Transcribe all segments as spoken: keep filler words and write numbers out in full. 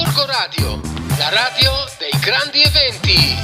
Gorgo Radio, la radio dei grandi eventi.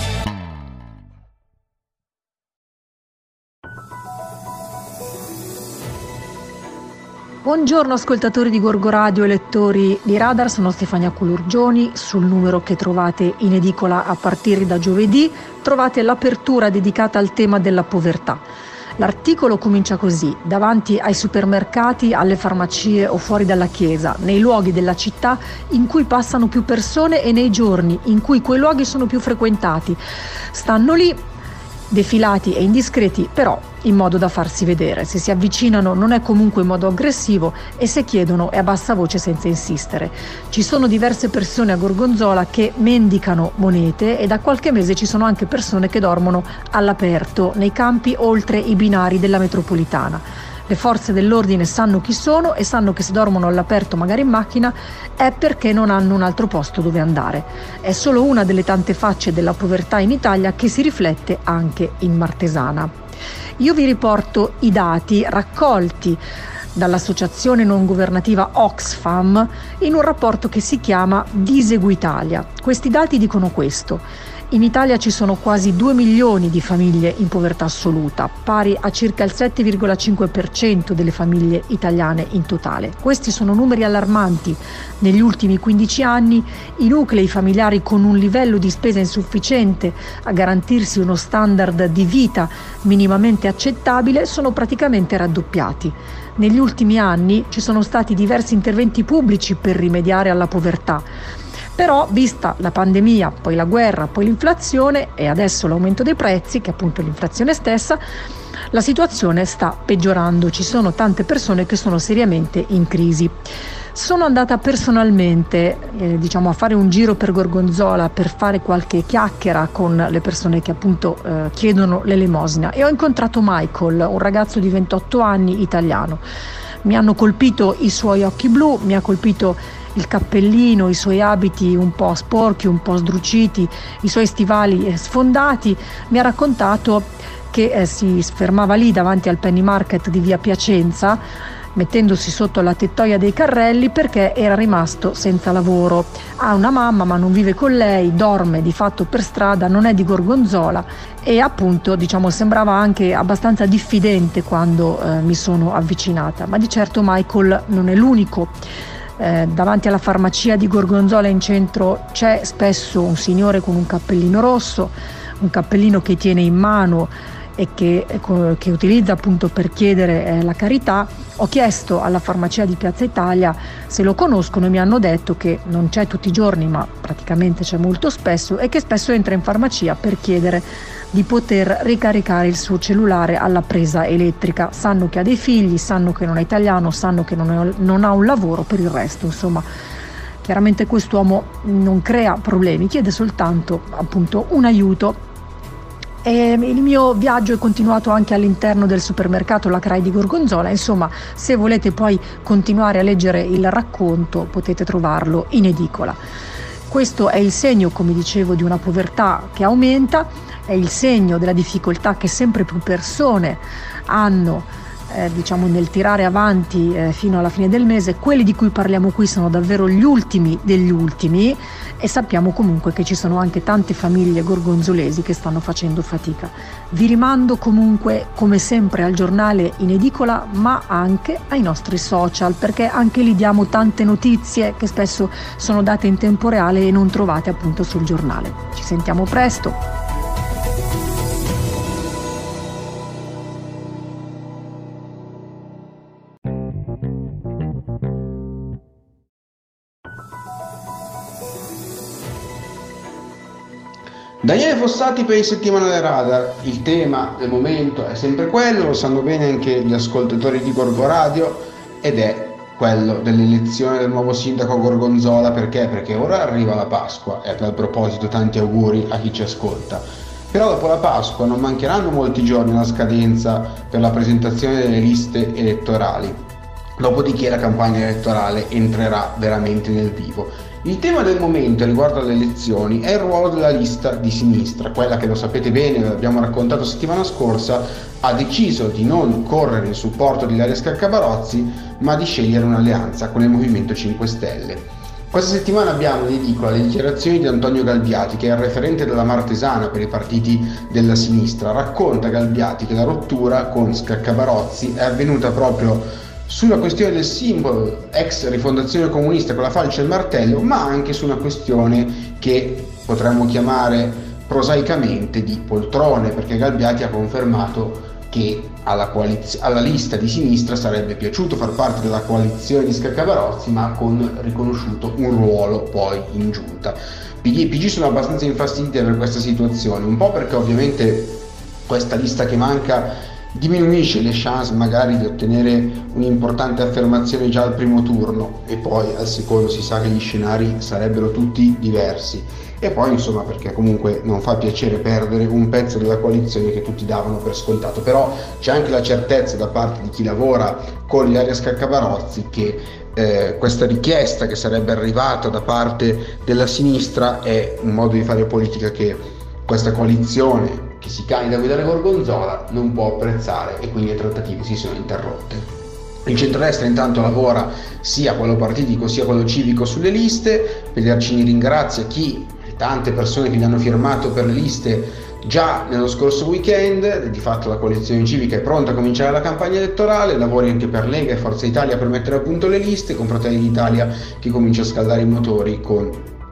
Buongiorno ascoltatori di Gorgo Radio e lettori di Radar, sono Stefania Colurgioni. Sul numero che trovate in edicola a partire da giovedì trovate l'apertura dedicata al tema della povertà. L'articolo comincia così: davanti ai supermercati, alle farmacie o fuori dalla chiesa, nei luoghi della città in cui passano più persone e nei giorni in cui quei luoghi sono più frequentati, stanno lì defilati e indiscreti, però in modo da farsi vedere. Se si avvicinano non è comunque in modo aggressivo e se chiedono è a bassa voce senza insistere. Ci sono diverse persone a Gorgonzola che mendicano monete e da qualche mese ci sono anche persone che dormono all'aperto nei campi oltre i binari della metropolitana. Le forze dell'ordine sanno chi sono e sanno che se dormono all'aperto, magari in macchina, è perché non hanno un altro posto dove andare. È solo una delle tante facce della povertà in Italia che si riflette anche in Martesana. Io vi riporto i dati raccolti dall'associazione non governativa Oxfam in un rapporto che si chiama Diseguitalia. Questi dati dicono questo: in Italia ci sono quasi due milioni di famiglie in povertà assoluta, pari a circa il sette virgola cinque per cento delle famiglie italiane in totale. Questi sono numeri allarmanti. Negli ultimi quindici anni i nuclei familiari con un livello di spesa insufficiente a garantirsi uno standard di vita minimamente accettabile sono praticamente raddoppiati. Negli ultimi anni ci sono stati diversi interventi pubblici per rimediare alla povertà. Però, vista la pandemia, poi la guerra, poi l'inflazione e adesso l'aumento dei prezzi, che è appunto l'inflazione stessa, la situazione sta peggiorando. Ci sono tante persone che sono seriamente in crisi. Sono andata personalmente eh, diciamo a fare un giro per Gorgonzola per fare qualche chiacchiera con le persone che appunto eh, chiedono l'elemosina e ho incontrato Michael, un ragazzo di ventotto anni italiano. Mi hanno colpito i suoi occhi blu, mi ha colpito il cappellino, i suoi abiti un po' sporchi, un po' sdruciti, i suoi stivali sfondati. Mi ha raccontato che eh, si fermava lì davanti al Penny Market di via Piacenza, mettendosi sotto la tettoia dei carrelli perché era rimasto senza lavoro. Ha una mamma ma non vive con lei, dorme di fatto per strada, non è di Gorgonzola e appunto diciamo sembrava anche abbastanza diffidente quando eh, mi sono avvicinata. Ma di certo Michael non è l'unico. Eh, davanti alla farmacia di Gorgonzola in centro c'è spesso un signore con un cappellino rosso, un cappellino che tiene in mano e che, che utilizza appunto per chiedere eh, la carità. Ho chiesto alla farmacia di Piazza Italia se lo conoscono e mi hanno detto che non c'è tutti i giorni ma praticamente c'è molto spesso e che spesso entra in farmacia per chiedere di poter ricaricare il suo cellulare alla presa elettrica. Sanno che ha dei figli, sanno che non è italiano, sanno che non, è, non ha un lavoro, per il resto insomma chiaramente quest'uomo non crea problemi, chiede soltanto appunto un aiuto. E il mio viaggio è continuato anche all'interno del supermercato La Crai di Gorgonzola. Insomma, se volete poi continuare a leggere il racconto potete trovarlo in edicola. Questo è il segno, come dicevo, di una povertà che aumenta, è il segno della difficoltà che sempre più persone hanno eh, diciamo nel tirare avanti eh, fino alla fine del mese. Quelli di cui parliamo qui sono davvero gli ultimi degli ultimi e sappiamo comunque che ci sono anche tante famiglie gorgonzolesi che stanno facendo fatica. Vi rimando comunque come sempre al giornale in edicola ma anche ai nostri social, perché anche lì diamo tante notizie che spesso sono date in tempo reale e non trovate appunto sul giornale. Ci sentiamo presto. Daniele Fossati per il settimanale Radar. Il tema del momento è sempre quello, lo sanno bene anche gli ascoltatori di Gorgo Radio, ed è quello dell'elezione del nuovo sindaco a Gorgonzola. Perché? Perché ora arriva la Pasqua e a tal proposito tanti auguri a chi ci ascolta. Però dopo la Pasqua non mancheranno molti giorni alla scadenza per la presentazione delle liste elettorali. Dopodiché la campagna elettorale entrerà veramente nel vivo. Il tema del momento riguardo alle elezioni è il ruolo della lista di sinistra, quella che, lo sapete bene, l'abbiamo raccontato settimana scorsa, ha deciso di non correre in supporto di Ilaria Scaccabarozzi, ma di scegliere un'alleanza con il Movimento cinque Stelle. Questa settimana abbiamo in edicola le dichiarazioni di Antonio Galbiati, che è il referente della Martesana per i partiti della sinistra. Racconta Galbiati che la rottura con Scaccabarozzi è avvenuta proprio sulla questione del simbolo ex Rifondazione Comunista con la falce e il martello, ma anche su una questione che potremmo chiamare prosaicamente di poltrone, perché Galbiati ha confermato che alla, coaliz- alla lista di sinistra sarebbe piaciuto far parte della coalizione di Scaccabarozzi, ma con riconosciuto un ruolo poi in giunta. P D e P G sono abbastanza infastiditi per questa situazione, un po' perché ovviamente questa lista che manca diminuisce le chance magari di ottenere un'importante affermazione già al primo turno, e poi al secondo si sa che gli scenari sarebbero tutti diversi, e poi insomma perché comunque non fa piacere perdere un pezzo della coalizione che tutti davano per scontato. Però c'è anche la certezza da parte di chi lavora con Ilaria Scaccabarozzi che eh, questa richiesta che sarebbe arrivata da parte della sinistra è un modo di fare politica che questa coalizione che si candida a guidare Gorgonzola non può apprezzare, e quindi le trattative si sono interrotte. Il centrodestra intanto lavora sia quello partitico sia quello civico sulle liste. Pelliarcini ringrazia chi, tante persone che gli hanno firmato per le liste già nello scorso weekend. Di fatto la coalizione civica è pronta a cominciare la campagna elettorale, lavori anche per Lega e Forza Italia per mettere a punto le liste, con Fratelli d'Italia che comincia a scaldare i motori con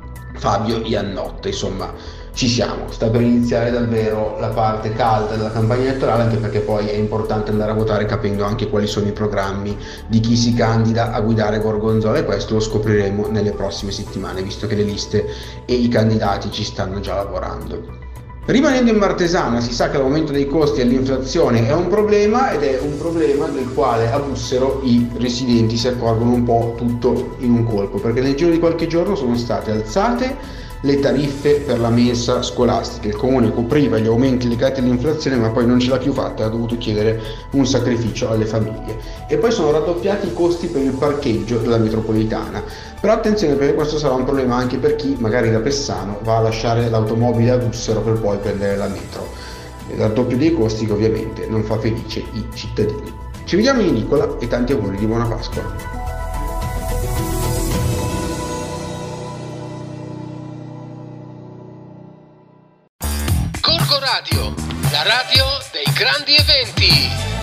Fabio Iannotte. Insomma, ci siamo, sta per iniziare davvero la parte calda della campagna elettorale, anche perché poi è importante andare a votare capendo anche quali sono i programmi di chi si candida a guidare Gorgonzola, e questo lo scopriremo nelle prossime settimane, visto che le liste e i candidati ci stanno già lavorando. Rimanendo in Martesana, si sa che l'aumento dei costi e l'inflazione è un problema, ed è un problema del quale a Bussero i residenti si accorgono un po' tutto in un colpo, perché nel giro di qualche giorno sono state alzate le tariffe per la mensa scolastica. Il comune copriva gli aumenti legati all'inflazione, ma poi non ce l'ha più fatta e ha dovuto chiedere un sacrificio alle famiglie. E poi sono raddoppiati i costi per il parcheggio della metropolitana. Però attenzione, perché questo sarà un problema anche per chi magari da Pessano va a lasciare l'automobile a Bussero per poi prendere la metro. Il raddoppio dei costi che ovviamente non fa felice i cittadini. Ci vediamo in edicola e tanti auguri di buona Pasqua. Gorgo Radio, la radio dei grandi eventi.